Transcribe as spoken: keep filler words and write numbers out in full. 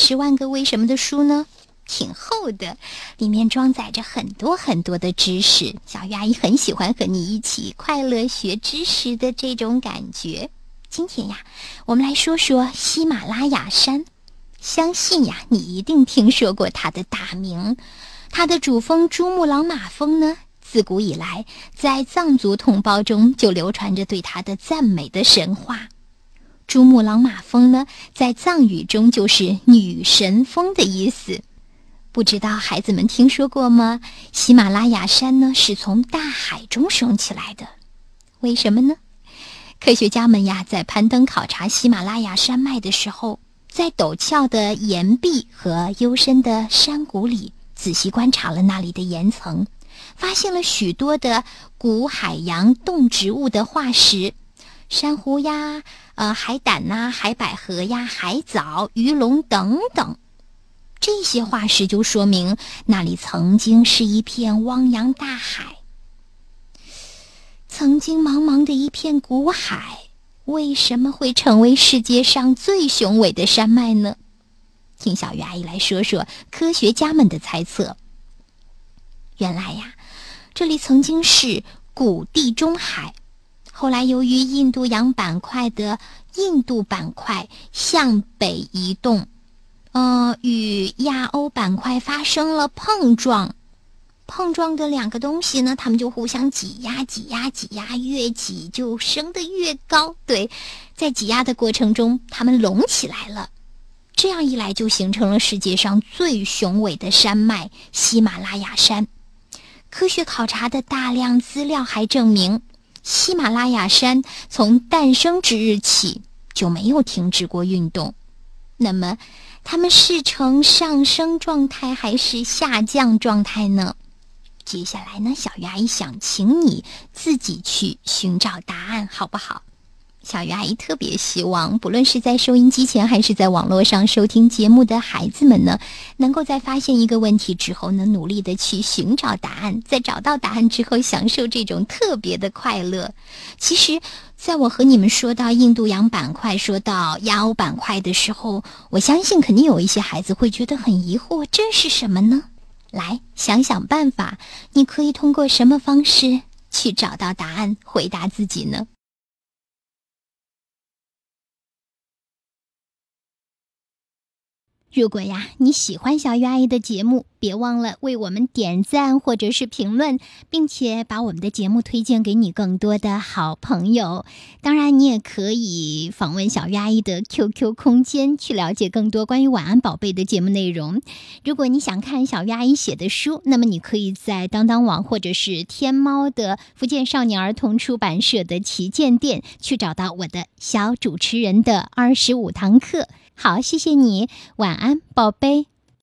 十万个为什么的书呢？挺厚的，里面装载着很多很多的知识。小鱼阿姨很喜欢和你一起快乐学知识的这种感觉。今天呀，我们来说说喜马拉雅山。相信呀，你一定听说过它的大名。它的主峰珠穆朗玛峰呢，自古以来在藏族同胞中就流传着对它的赞美的神话。珠穆朗玛峰呢，在藏语中就是女神峰的意思。不知道孩子们听说过吗？喜马拉雅山呢，是从大海中升起来的。为什么呢？科学家们呀，在攀登考察喜马拉雅山脉的时候，在陡峭的岩壁和幽深的山谷里，仔细观察了那里的岩层，发现了许多的古海洋动植物的化石，珊瑚呀、呃、海胆呐、海百合呀、海藻、鱼龙等等。这些化石就说明那里曾经是一片汪洋大海。曾经茫茫的一片古海，为什么会成为世界上最雄伟的山脉呢？听小鱼阿姨来说说科学家们的猜测。原来呀，这里曾经是古地中海，后来由于印度洋板块的印度板块向北移动，呃，与亚欧板块发生了碰撞。碰撞的两个东西呢，它们就互相挤压挤压挤压，越挤就升得越高。对，在挤压的过程中，它们拢起来了。这样一来，就形成了世界上最雄伟的山脉喜马拉雅山。科学考察的大量资料还证明，喜马拉雅山从诞生之日起就没有停止过运动。那么它们是呈上升状态还是下降状态呢？接下来呢，小鱼阿姨想请你自己去寻找答案，好不好？小鱼阿姨特别希望，不论是在收音机前还是在网络上收听节目的孩子们呢，能够在发现一个问题之后呢，努力的去寻找答案，在找到答案之后享受这种特别的快乐。其实在我和你们说到印度洋板块，说到亚欧板块的时候，我相信肯定有一些孩子会觉得很疑惑，这是什么呢？来想想办法，你可以通过什么方式去找到答案，回答自己呢？如果呀你喜欢小鱼阿姨的节目，别忘了为我们点赞或者是评论，并且把我们的节目推荐给你更多的好朋友。当然你也可以访问小鱼阿姨的 Q Q 空间，去了解更多关于晚安宝贝的节目内容。如果你想看小鱼阿姨写的书，那么你可以在当当网或者是天猫的福建少年儿童出版社的旗舰店去找到我的小主持人的二十五堂课。好，谢谢你，晚安宝贝。